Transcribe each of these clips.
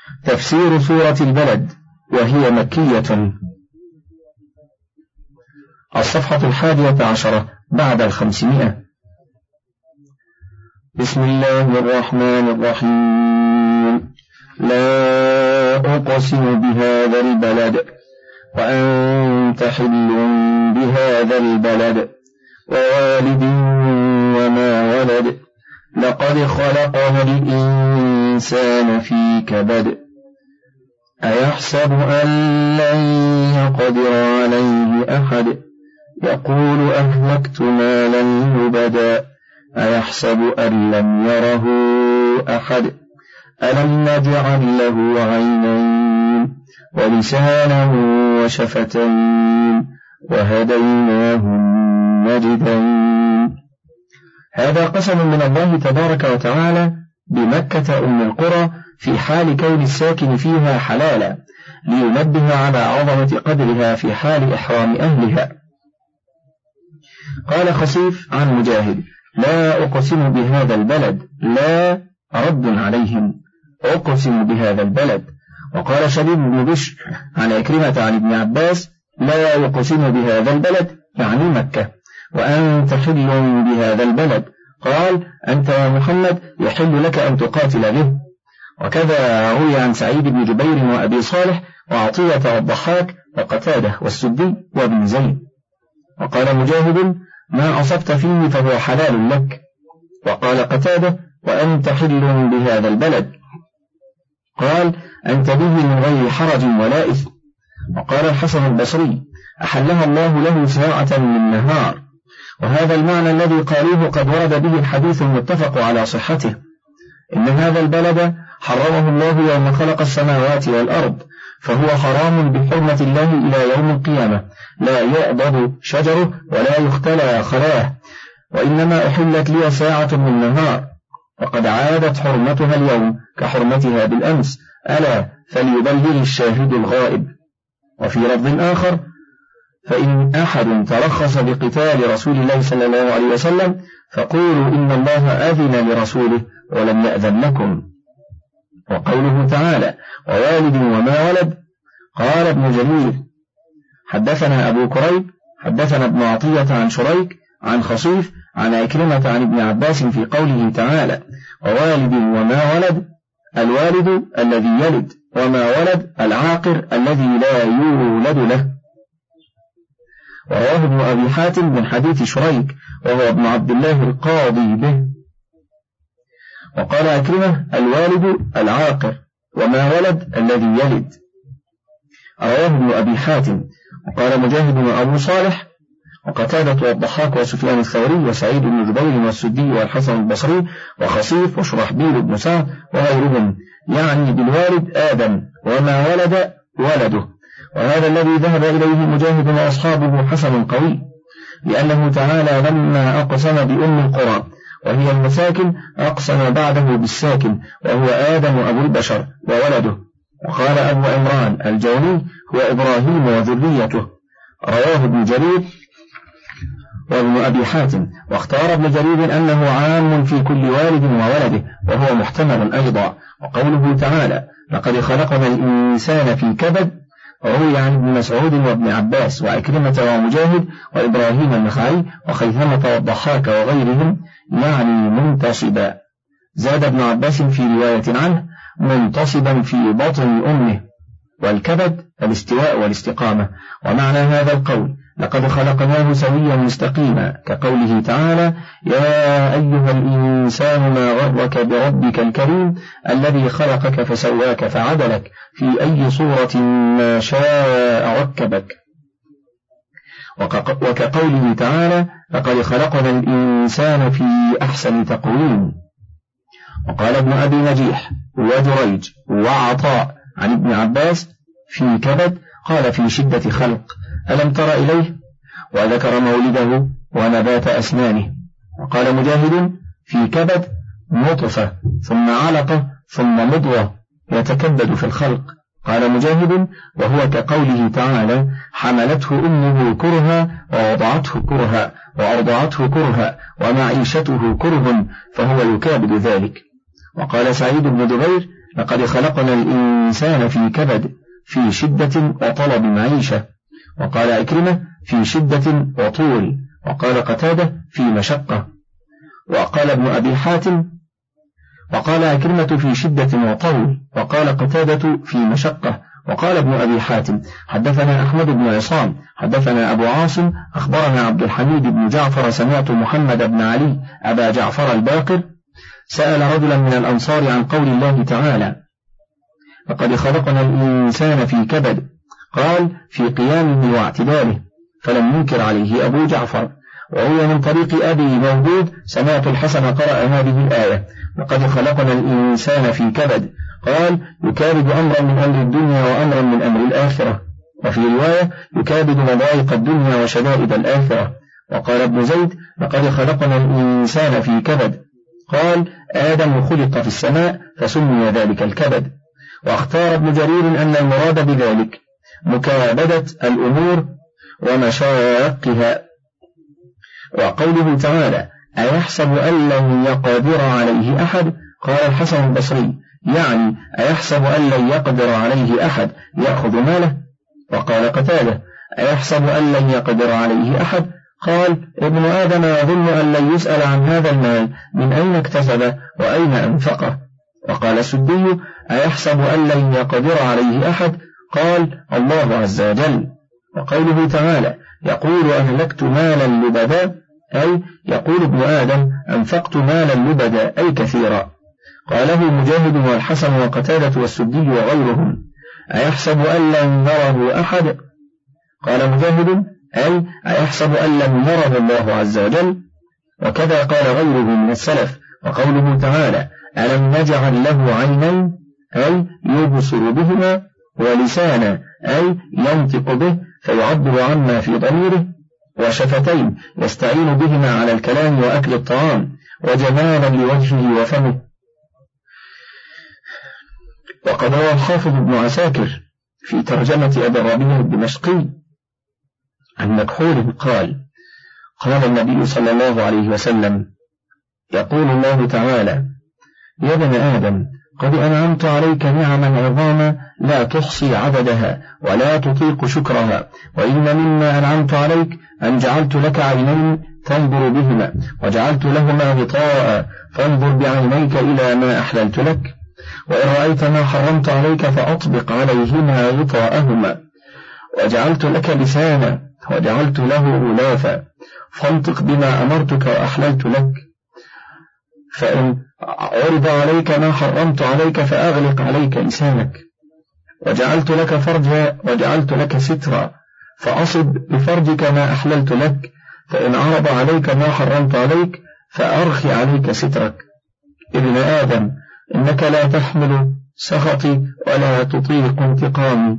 تفسير سورة البلد، وهي مكية. الصفحة 11 بعد 500. بسم الله الرحمن الرحيم. لا أقسم بهذا البلد وأنت حل بهذا البلد ووالد وما ولد لقد خلقنا الإنسان في كبد أيحسب أن لن يقدر عليه أحد يقول أهلكت مالا لبدا أيحسب أن لم يره أحد ألم نجعل له عينين ولسانا وشفتين وهديناه النجدين. هذا قسم من الله تبارك وتعالى بمكة أم القرى في حال كون الساكن فيها حلالا، لينبه على عظمة قدرها في حال إحرام أهلها. قال خصيف عن مجاهد: لا أقسم بهذا البلد، لا رد عليهم، أقسم بهذا البلد. وقال شبيب بن بشر عن عكرمة عن ابن عباس: لا يقسم بهذا البلد يعني مكة. وأنت حل بهذا البلد، قال: أنت يا محمد يحل لك أن تقاتل به. وكذا روي عن سعيد بن جبير وأبي صالح وعطية والضحاك وقتادة والسدي وابن زيد. وقال مجاهد: ما أصبت فيه فهو حلال لك. وقال قتادة: وأنت حل بهذا البلد، قال: أنت به من غير حرج ولا إثم. وقال الحسن البصري: أحلها الله له ساعة من نهار. وهذا المعنى الذي قالوه قد ورد به الحديث المتفق على صحته: إن هذا البلد حرمه الله يوم خلق السماوات والأرض، فهو حرام بحرمة الله إلى يوم القيامة، لا يعضد شجره ولا يختلى خلاه، وإنما أحلت لي ساعة من نهار، وقد عادت حرمتها اليوم كحرمتها بالأمس، ألا فليبلغ الشاهد الغائب. وفي لفظ آخر: فإن أحد ترخص بقتال رسول الله صلى الله عليه وسلم فقولوا إن الله أذن لرسوله ولم يأذن لكم. وقوله تعالى: ووالد وما ولد، قال ابن جرير: حدثنا أبو كريب حدثنا ابن عطية عن شريك عن خصيف عن عكرمة عن ابن عباس في قوله تعالى: ووالد وما ولد، الوالد الذي يلد، وما ولد العاقر الذي لا يولد له. ورواه ابن أبي حاتم من حديث شريك وهو ابن عبد الله القاضي به. وقال عكرمة: الوالد العاقر، وما ولد الذي يلد. رواه ابن أبي حاتم. وقال مجاهد وأبو صالح وقتادة والضحاك وسفيان الثوري وسعيد بن جبير والسدي والحسن البصري وخصيف وشرحبيل بن سعد وغيرهم، يعني بالوالد آدم، وما ولد ولده. وهذا الذي ذهب إليه مجاهد وأصحابه حسن قوي، لأنه تعالى لما أقسم بأم القرى وهي المساكن أقسم بعده بالساكن وهو آدم أبو البشر وولده. وقال أبو عمران الجوني: هو إبراهيم وذريته. رواه ابن جرير وابن أبي حاتم. واختار ابن جرير أنه عام في كل والد وولده، وهو محتمل أيضا. وقوله تعالى: لقد خلقنا الإنسان في كبد، روي عن ابن مسعود وابن عباس وعكرمة ومجاهد وإبراهيم النخعي وخيثمة والضحاك وغيرهم، يعني منتصبا. زاد ابن عباس في رواية عنه: منتصبا في بطن أمه. والكبد الاستواء والاستقامة. ومعنى هذا القول: لقد خلقناه سويا مستقيما، كقوله تعالى: يا أيها الإنسان ما غرك بربك الكريم الذي خلقك فسواك فعدلك في أي صورة ما شاء ركبك. وكقوله تعالى: لقد خلقنا الإنسان في أحسن تقويم. وقال ابن أبي نجيح وجريج وعطاء عن ابن عباس: في كبد، قال: في شدة خلق، ألم تر إليه؟ وذكر مولده ونبات أسنانه. وقال مجاهد: في كبد نطفة ثم علقة ثم مضغة يتكبد في الخلق. قال مجاهد: وهو كقوله تعالى: حملته أمه كرها ووضعته كرها وأرضعته كرها ومعيشته كره فهو يكابد ذلك. وقال سعيد بن جبير: لقد خلقنا الإنسان في كبد في شدة وطلب معيشة. وقال عكرمة في شدة وطول. وقال قتادة في مشقة. وقال ابن أبي حاتم وقال عكرمة في شدة وطول. وقال قتادة في مشقة. وقال ابن أبي حاتم حدثنا أحمد بن عصام حدثنا أبو عاصم أخبرنا عبد الحميد بن جعفر سمعت محمد بن علي أبا جعفر الباقر سأل رجلا من الأنصار عن قول الله تعالى لقد خلقنا الإنسان في كبد، قال في قيامه واعتداله، فلم ينكر عليه أبو جعفر. وهو من طريق أبي مودود سمعت الحسن قرأ هذه الآية لقد خلقنا الإنسان في كبد، قال يكابد أمرا من أمر الدنيا وأمرا من أمر الآخرة. وفي رواية يكابد مضايق الدنيا وشدائد الآخرة. وقال ابن زيد لقد خلقنا الإنسان في كبد، قال آدم خلق في السماء فسمي ذلك الكبد. واختار ابن جرير أن المراد بذلك مكابدة الأمور ومشاقها. وقوله تعالى أيحسب أن لن يقدر عليه أحد، قال الحسن البصري يعني أيحسب أن لن يقدر عليه أحد يأخذ ماله. وقال قتادة أيحسب أن لن يقدر عليه أحد، قال ابن آدم يظن أن لن يسأل عن هذا المال من أين اكتسبه وأين أنفقه. وقال السدي أيحسب أن لن يقدر عليه أحد، قال الله عز وجل. وقوله تعالى يقول أهلكت مالا لبدا، أي يقول ابن آدم أنفقت مالا لبدا أي كثيرا. قاله مجاهد والحسن وقتادة والسدي وغيرهم أيحسب أن لن يره أحد، قال مجاهد أي أيحسب أن لم يره الله عز وجل. وكذا قال غيره من السلف. وقوله تعالى ألم نجعل له عينين أي يبصر بهما، ولسانا أي ينطق به فيعبر عما في ضميره، وشفتين يستعين بهما على الكلام وأكل الطعام، وجمالا لوجهه وفمه. وقد روى الحافظ ابن عساكر في ترجمة أبي الربيع الدمشقي عن مكحول قال قال النبي صلى الله عليه وسلم يقول الله تعالى يا ابن آدم قد أنعمت عليك نعما عظاما لا تحصي عددها ولا تطيق شكرها، وإن مما أنعمت عليك أن جعلت لك عينين تنظر بهما، وجعلت لهما غطاء فانظر بعينيك إلى ما أحللت لك، وإن رأيت ما حرمت عليك فأطبق عليهما غطاءهما، وجعلت لك لسانا وجعلت له غلافا فانطق بما أمرتك وأحللت لك، فإن عرض عليك ما حرمت عليك فأغلق عليك لسانك، وجعلت لك فرجا وجعلت لك سترا فأصب بفرجك ما أحللت لك، فإن عرض عليك ما حرمت عليك فأرخي عليك سترك. ابن آدم إنك لا تحمل سخطي ولا تطيق انتقامي.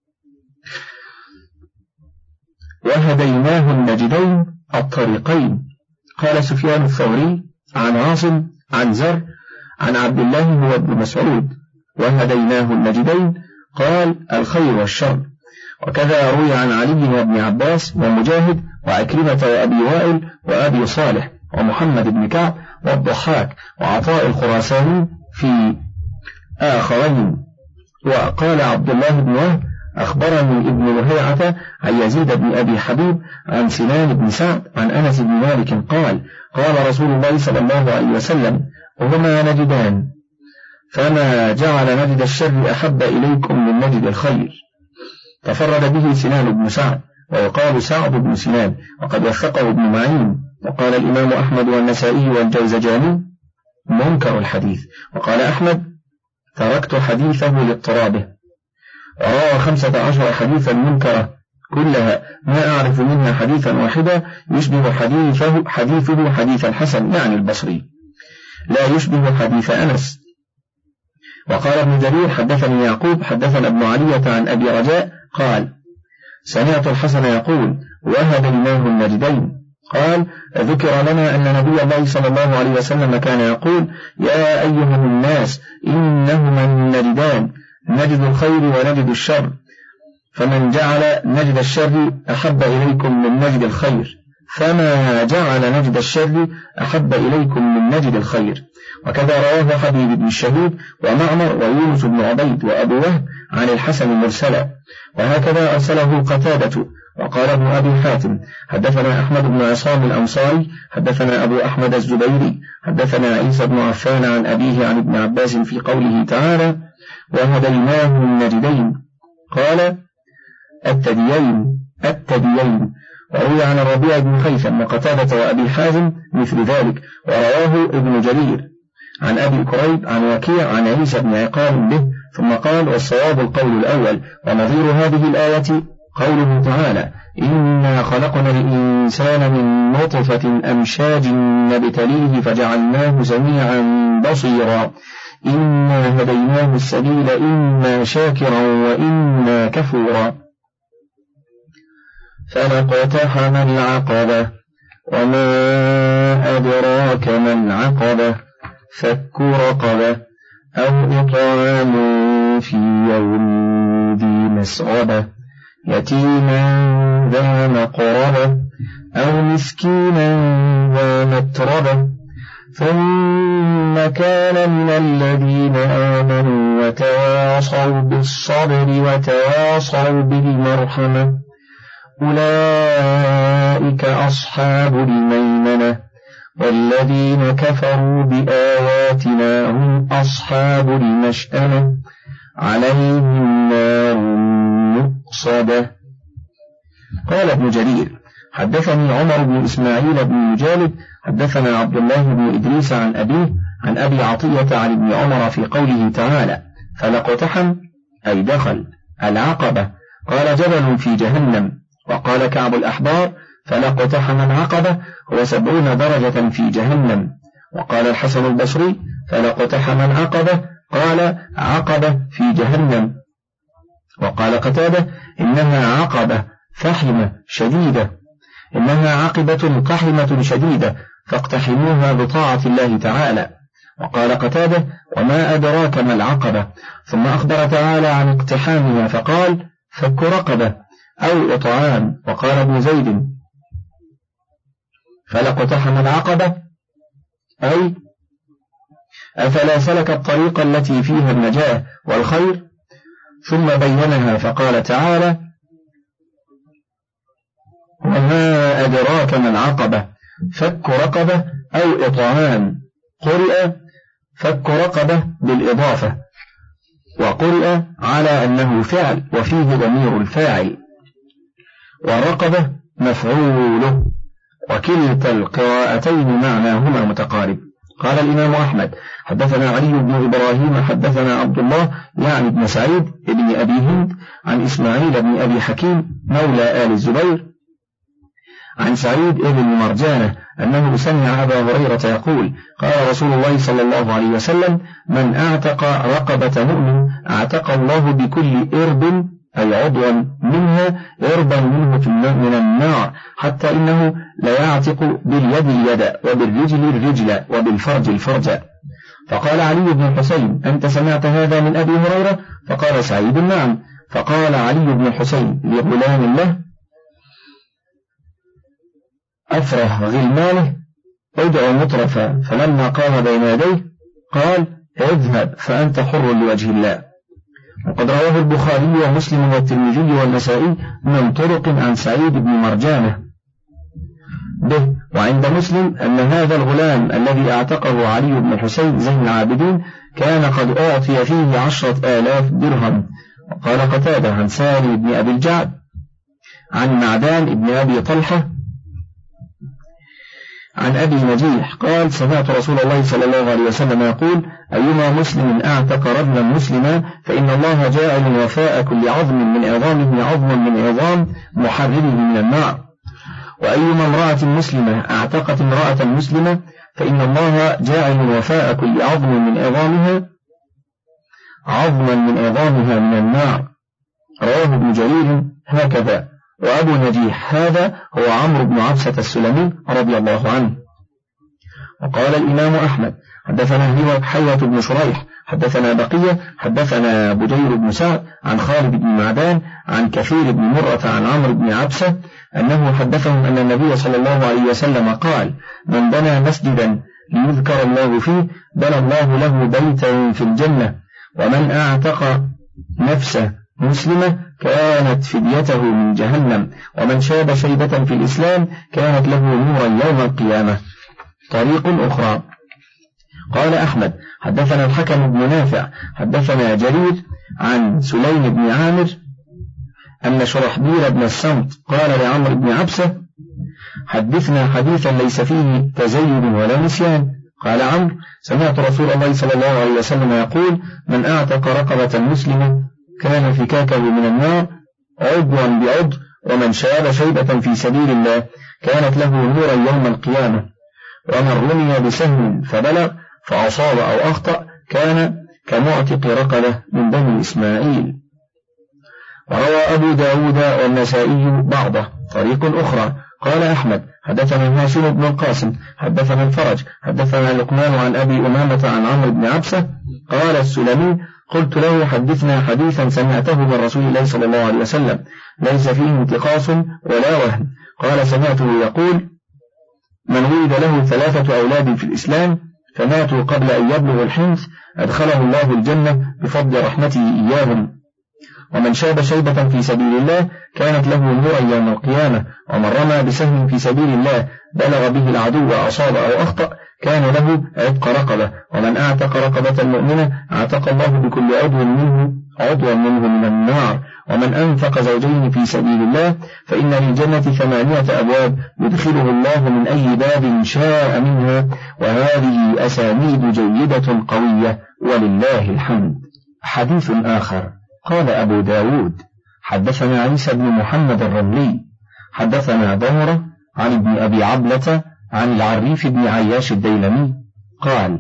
وهديناه النجدين الطريقين. قال سفيان الثوري عن عاصم عن زر عن عبد الله هو ابن مسعود وهديناه النجدين قال الخير والشر. وكذا روي عن علي وابن عباس ومجاهد وعكرمة وأبي وائل وأبي صالح ومحمد بن كعب والضحاك وعطاء الخراساني في آخرين. وقال عبد الله بن وهب أخبرني ابن لهيعة عن يزيد بن أبي حبيب عن سنان بن سعد عن أنس بن مالك قال قال رسول الله صلى الله عليه وسلم وهما نجدان فما جعل نجد الشر أحب إليكم من نجد الخير. تفرد به سنان بن سعد ويقال سعد بن سنان وقد وثقه ابن معين. وقال الإمام أحمد والنسائي والجوزجاني منكر الحديث. وقال أحمد تركت حديثه لاضطرابه. وروى 15 حديثا منكرة كلها ما أعرف منها حديثا واحدا يشبه حديثه حديث الحسن يعني البصري لا يشبه حديث أنس. وقال ابن جرير حدثني يعقوب حدثنا ابن علية عن أبي رجاء قال سمعت الحسن يقول وهديناه النجدين. قال ذكر لنا أن نبي الله صلى الله عليه وسلم كان يقول يا أيها الناس إنهما النجدان نجد الخير ونجد الشر، فمن جعل نجد الشر أحب إليكم من نجد الخير فما جعل نجد الشر أحب إليكم من نجد الخير. وكذا رواه حبيب بن الشهيد ومعمر ويونس بن عبيد وأبو وهب عن الحسن مرسلا، وهكذا أرسله قتادة. وقال ابن أبي حاتم حدثنا أحمد بن عصام الأنصاري حدثنا أبو أحمد الزبيري حدثنا عيسى بن عفان عن أبيه عن ابن عباس في قوله تعالى وهديناه النجدين، قال التديين. وروي عن الربيع بن خيثم وقتادة وأبي حازم مثل ذلك، ورواه ابن جرير عن أبي كريب عن وكيع عن عيسى بن عقال به، ثم قال والصواب القول الأول. ونظير هذه الآية قوله تعالى إنا خلقنا الإنسان من نطفة أمشاج نبتليه فجعلناه سميعا بصيرا إنا هديناه السبيل إما شاكرا وإما كفورا. فلاقتحم العقبة وما أدراك ما العقبة فك رقبة أو إطعام في يوم ذي مسغبة يتيما ذا مقربة أو مسكينا ذا متربة ثم كان من الذين آمنوا وتواصوا بالصبر وتواصوا بالمرحمة أولئك أصحاب الميمنة والذين كفروا بآياتنا هم أصحاب المشأمة عليهم نار مؤصدة. قال ابن جرير حدثني عمر بن إسماعيل بن مجالد حدثنا عبد الله بن إدريس عن أبيه عن أبي عطية عن ابن عمر في قوله تعالى فلاقتحم أي دخل العقبة، قال جبل في جهنم. وقال كعب الأحبار فلاقتحم العقبة هو 70 درجة في جهنم. وقال الحسن البصري فلاقتحم العقبة قال عقبة في جهنم. وقال قتادة إنها عقبة فحمة شديدة، إنها عقبة قحمة شديدة فاقتحموها بطاعة الله تعالى. وقال قتادة وما أدراك ما العقبة، ثم أخبر تعالى عن اقتحامها فقال فك رقبة أو إطعام. وقال ابن زيد فلاقتحم العقبة أي أفلا سلك الطريق التي فيها النجاة والخير، ثم بينها فقال تعالى وما أدراك ما العقبة فك رقبة أو إطعام. قرئ فك رقبة بالإضافة، وقرئ على أنه فعل وفيه ضمير الفاعل، والرقبة مفعوله، وكلتا القراءتين معناهما متقارب. قال الإمام أحمد حدثنا علي بن إبراهيم حدثنا عبد الله يعني بن سعيد بن أبي هند عن إسماعيل بن أبي حكيم مولى آل الزبير عن سعيد بن مرجانة أنه سمع أبا هريرة يقول قال رسول الله صلى الله عليه وسلم من أعتق رقبة مؤمن أعتق الله بكل إرب أي عضوا منها إربا منه من النار، حتى إنه لا يعتق باليد اليد وبالرجل الرجل وبالفرج الفرج. فقال علي بن الحسين أنت سمعت هذا من أبي هريرة؟ فقال سعيد نعم. فقال علي بن الحسين لغلام له أفرح غلمانه ادعو مطرفا، فلما قام بين يديه قال اذهب فأنت حر لوجه الله. وقد رواه البخاري ومسلم والترمذي والنسائي من طرق عن سعيد بن مرجانة به. وعند مسلم أن هذا الغلام الذي اعتقه علي بن الحسين زين العابدين كان قد أعطي فيه 10,000 درهم. وقال قتادة عن سالم بن أبي الجعد عن معدان بن أبي طلحة عن أبي نجيح قال سمعت رسول الله صلى الله عليه وسلم يقول أيما مسلم أعتق رجلا مسلما فإن الله جاعل وفاء كل عظم من عظامه عظما من عظام محرره من النار. وأيما امرأة مسلمة أعتقت امرأة مسلمة فإن الله جاعل وفاء كل عظم من عظامها عظما من عظامها من النار. رواه ابن جرير هكذا. وأبو نجيح هذا هو عمرو بن عبسة السلمي رضي الله عنه. وقال الإمام أحمد حدثنا حيوة بن شريح حدثنا بقية حدثنا بجير بن سعد عن خالد بن معدان عن كثير بن مرة عن عمرو بن عبسة أنه حدثهم أن النبي صلى الله عليه وسلم قال: من بنى مسجدا ليذكر الله فيه بنى الله له بيتا في الجنة، ومن أعتق نفسه مسلمة كانت فديته من جهنم، ومن شاب شيبة في الإسلام كانت له نورا يوم القيامة. طريق أخرى. قال أحمد حدثنا الحكم بن نافع حدثنا جرير عن سليم بن عامر أن شرحبيل بن الصمت قال لعمرو بن عبسة: حدثنا حديثا ليس فيه تزيد ولا نسيان. قال عمرو: سمعت رسول الله صلى الله عليه وسلم يقول: من أعتق رقبة مسلمة كان فكاكه من النار عضوا بعضو، ومن شاب شيبة في سبيل الله كانت له نورا يوم القيامة، ومن رمي بسهم فبلغ فأصاب أو أخطأ كان كمعتق رقبة من بني إسماعيل. وروى أبو داود والنسائي بعضه. طريق أخرى. قال أحمد حدثنا هاشم بن القاسم حدثنا الفرج حدثنا لقمان عن أبي أمامة عن عمرو بن عبسة قال السلمي: قلت له: حدثنا حديثا سمعته من رسول الله صلى الله عليه وسلم ليس فيه انتقاص ولا وهن. قال: سمعته يقول: من ولد له 3 أولاد في الإسلام فماتوا قبل أن يبلغ الحنث أدخله الله الجنة بفضل رحمته إياهم، ومن شاب شيبة في سبيل الله كانت له نورا يوم القيامة، ومن رمى بسهم في سبيل الله بلغ به العدو وأصاب أو أخطأ كان له عتق رقبة، ومن أعتق رقبة مؤمنة أعتق الله بكل عضو منه من النار، ومن أنفق زوجين في سبيل الله فإن للجنة 8 أبواب يدخله الله من أي باب شاء منها، وهذه أسانيد جيدة قوية ولله الحمد. حديث آخر. قال أبو داود حدثنا عيسى بن محمد الرملي حدثنا ضمرة عن ابن أبي عبلة عن العريف بن عياش الديلمي قال: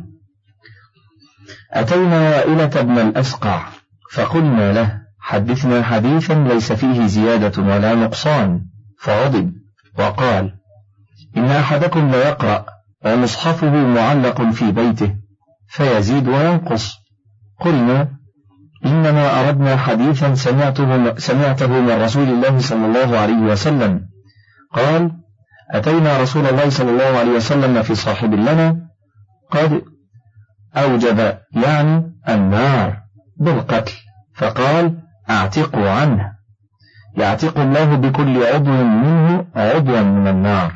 أتينا وائلة بن الأسقع فقلنا له: حدثنا حديثا ليس فيه زيادة ولا نقصان، فغضب وقال: إن أحدكم ليقرأ ومصحفه معلق في بيته فيزيد وينقص. قلنا: إنما أردنا حديثا سمعته من رسول الله صلى الله عليه وسلم. قال: أتينا رسول الله صلى الله عليه وسلم في صاحب لنا قد أوجب يعني النار بالقتل، فقال: أعتقوا عنه، يعتق الله بكل عضو منه عضوا من النار.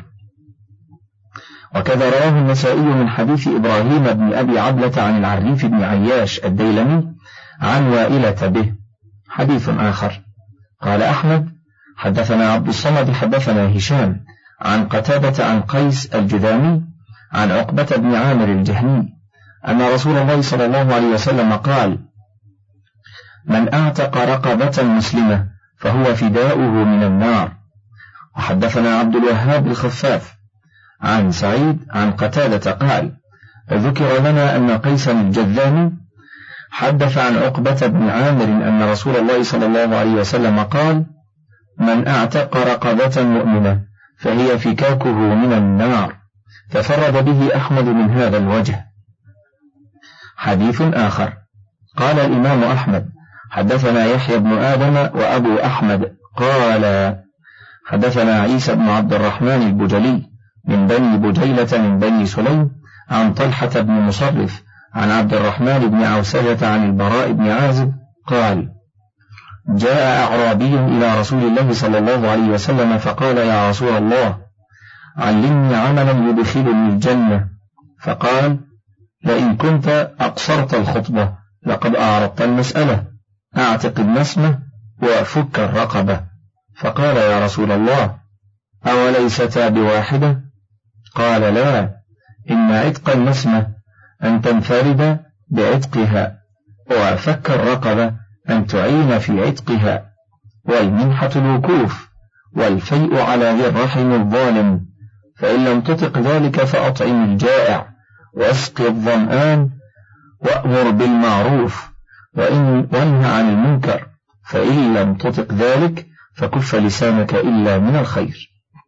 وكذا رواه النسائي من حديث إبراهيم بن أبي عبلة عن العريف بن عياش الديلمي عن وائلة به. حديث آخر. قال أحمد حدثنا عبد الصمد حدثنا هشام عن قتادة عن قيس الجذامي عن عقبة بن عامر الجهني أن رسول الله صلى الله عليه وسلم قال: من أعتق رقبة مسلمة فهو فداؤه من النار. وحدثنا عبد الوهاب الخفاف عن سعيد عن قتادة قال: ذكر لنا أن قيسا الجذامي حدث عن عقبة بن عامر أن رسول الله صلى الله عليه وسلم قال: من أعتق رقبة مؤمنة فهي فكاكه من النار، ففرد به أحمد من هذا الوجه. حديث آخر. قال الإمام أحمد حدثنا يحيى بن آدم وأبو أحمد قال حدثنا عيسى بن عبد الرحمن البجلي من بني بجيلة من بني سليم عن طلحة بن مصرف عن عبد الرحمن بن عوسجة عن البراء بن عازب قال: جاء أعرابي إلى رسول الله صلى الله عليه وسلم فقال: يا رسول الله، علمني عملا يدخلني الجنة. فقال: لئن كنت أقصرت الخطبة لقد أعرضت المسألة، أعتق النسمة وفك الرقبة. فقال: يا رسول الله، أوليستا بواحدة؟ قال: لا، إن عتق النسمة أن تنفرد بعتقها، وفك الرقبة أن تعين في عتقها، والمنحة الوكوف، والفيء على ذي الرحم الظالم، فإن لم تطق ذلك فأطعم الجائع، واسق الظمآن، وأمر بالمعروف، وانه عن المنكر، فإن لم تطق ذلك فكف لسانك إلا من الخير.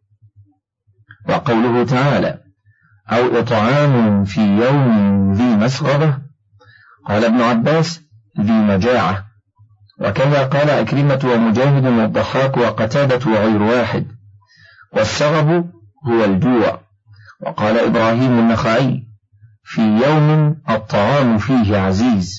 وقوله تعالى: أو إطعام في يوم ذي مسغبة، قال ابن عباس ذي مجاعة. وكذا قال أكرمة ومجاهد والضحاك وقتادة وغير واحد. والسغب هو الجوع. وقال إبراهيم النخعي في يوم الطعام فيه عزيز.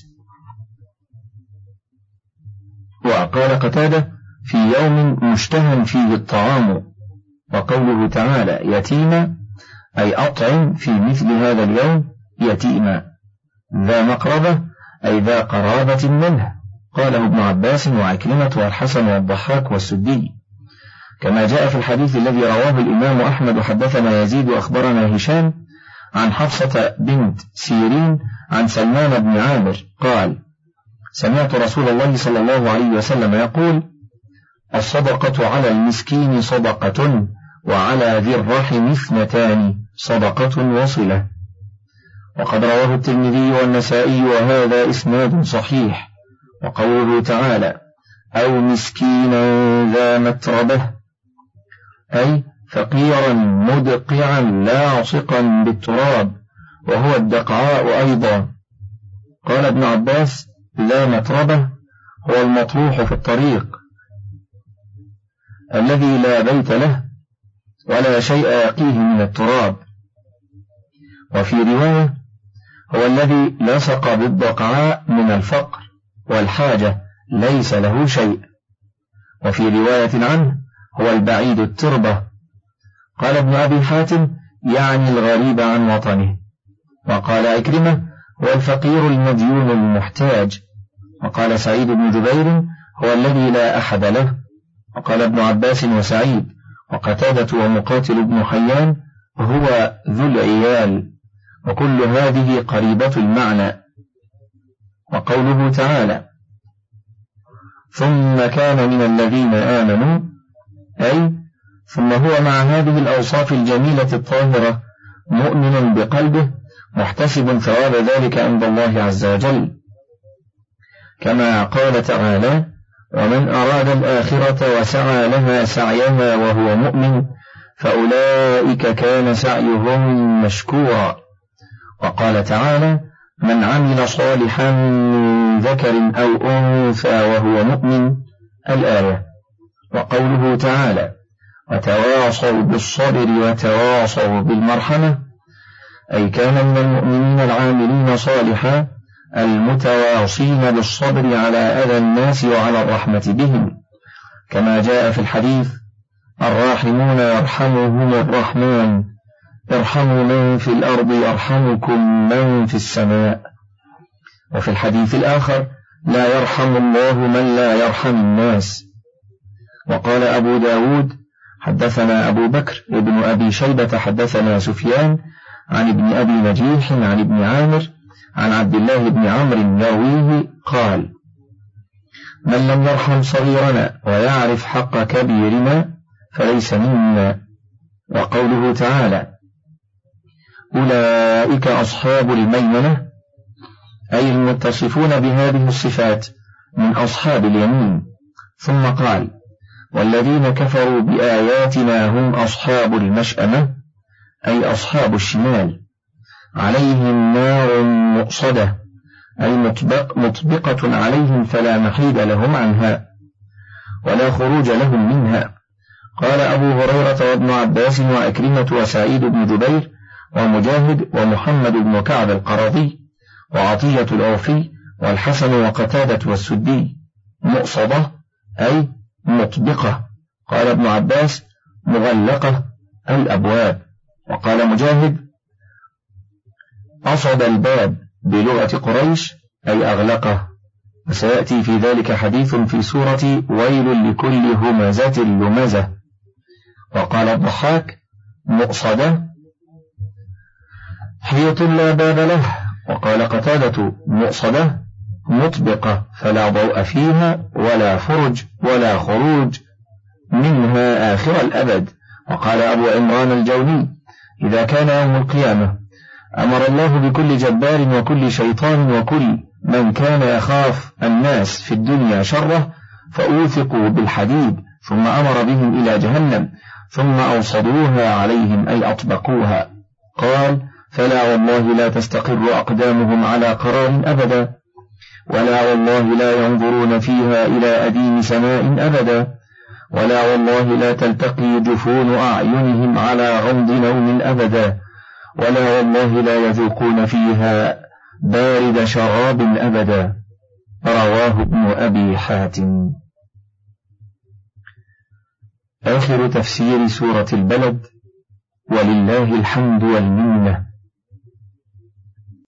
وقال قتادة في يوم مشتهى فيه الطعام. وقوله تعالى يتيما أي أطعم في مثل هذا اليوم يتيما، ذا مقربة أي ذا قرابة منه، قاله ابن عباس وعكرمة والحسن والضحاك والسدي. كما جاء في الحديث الذي رواه الإمام أحمد حدثنا يزيد أخبرنا هشام عن حفصة بنت سيرين عن سلمان بن عامر قال سمعت رسول الله صلى الله عليه وسلم يقول الصدقة على المسكين صدقة وعلى ذي الرحم اثنتان صدقة وصلة. وقد رواه الترمذي والنسائي وهذا إسناد صحيح. وقوله تعالى أو مسكينا ذا متربة أي فقيرا مدقعا لاصقا بالتراب وهو الدقعاء أيضا. قال ابن عباس لا متربة هو المطروح في الطريق الذي لا بيت له ولا شيء يقيه من التراب. وفي رواية هو الذي لصق بالدقعاء من الفقر والحاجة ليس له شيء. وفي رواية عنه هو البعيد التربة. قال ابن أبي حاتم يعني الغريب عن وطنه. وقال عكرمة هو الفقير المديون المحتاج. وقال سعيد بن جبير هو الذي لا أحد له. وقال ابن عباس وسعيد وقتادة ومقاتل بن حيان هو ذو العيال. وكل هذه قريبة المعنى. وقوله تعالى ثم كان من الذين آمنوا أي ثم هو مع هذه الأوصاف الجميلة الطاهرة مؤمن بقلبه محتسب ثواب ذلك عند الله عز وجل، كما قال تعالى ومن أراد الآخرة وسعى لها سعيها وهو مؤمن فأولئك كان سعيهم مشكورا. وقال تعالى من عمل صالحا من ذكر أو أنثى وهو مؤمن الآية. وقوله تعالى وتواصوا بالصبر وتواصوا بالمرحمة أي كان من المؤمنين العاملين صالحا المتواصين بالصبر على أذى الناس وعلى الرحمة بهم، كما جاء في الحديث الراحمون يرحمهم الرحمن ارحموا من في الأرض يرحمكم من في السماء. وفي الحديث الآخر لا يرحم الله من لا يرحم الناس. وقال أبو داود حدثنا أبو بكر ابن أبي شيبة حدثنا سفيان عن ابن أبي نجيح عن ابن عامر عن عبد الله بن عمرو يرويه قال من لم يرحم صغيرنا ويعرف حق كبيرنا فليس منا. وقوله تعالى أولئك أصحاب الميمنة أي المتصفون بهذه الصفات من أصحاب اليمين. ثم قال والذين كفروا بآياتنا هم أصحاب المشأمة أي أصحاب الشمال عليهم نار مؤصدة أي مطبقة عليهم فلا محيد لهم عنها ولا خروج لهم منها. قال أبو هريرة وابن عباس وأكرمة وسعيد بن جبير ومجاهد ومحمد بن كعب القرظي وعطية الأوفي والحسن وقتادة والسدي مؤصدة أي مطبقة. قال ابن عباس مغلقة الأبواب. وقال مجاهد أصد الباب بلغة قريش أي أغلقه. وسيأتي في ذلك حديث في سورة ويل لكل همزة لمزة. وقال الضحاك مؤصدة حيط لا باب له. وقال قتادة مؤصدة مطبقة فلا ضوء فيها ولا فرج ولا خروج منها آخر الأبد. وقال أبو عمران الجوني إذا كان يوم القيامة أمر الله بكل جبار وكل شيطان وكل من كان يخاف الناس في الدنيا شره فأوثقوا بالحديد ثم أمر بهم إلى جهنم ثم أوصدوها عليهم أي أطبقوها. قال فلا والله لا تستقر أقدامهم على قرار أبدا، ولا والله لا ينظرون فيها إلى أديم سماء أبدا، ولا والله لا تلتقي جفون أعينهم على غمض نوم أبدا، ولا والله لا يذوقون فيها بارد شراب أبدا. رواه ابن أبي حاتم. آخر تفسير سورة البلد، ولله الحمد والمنة.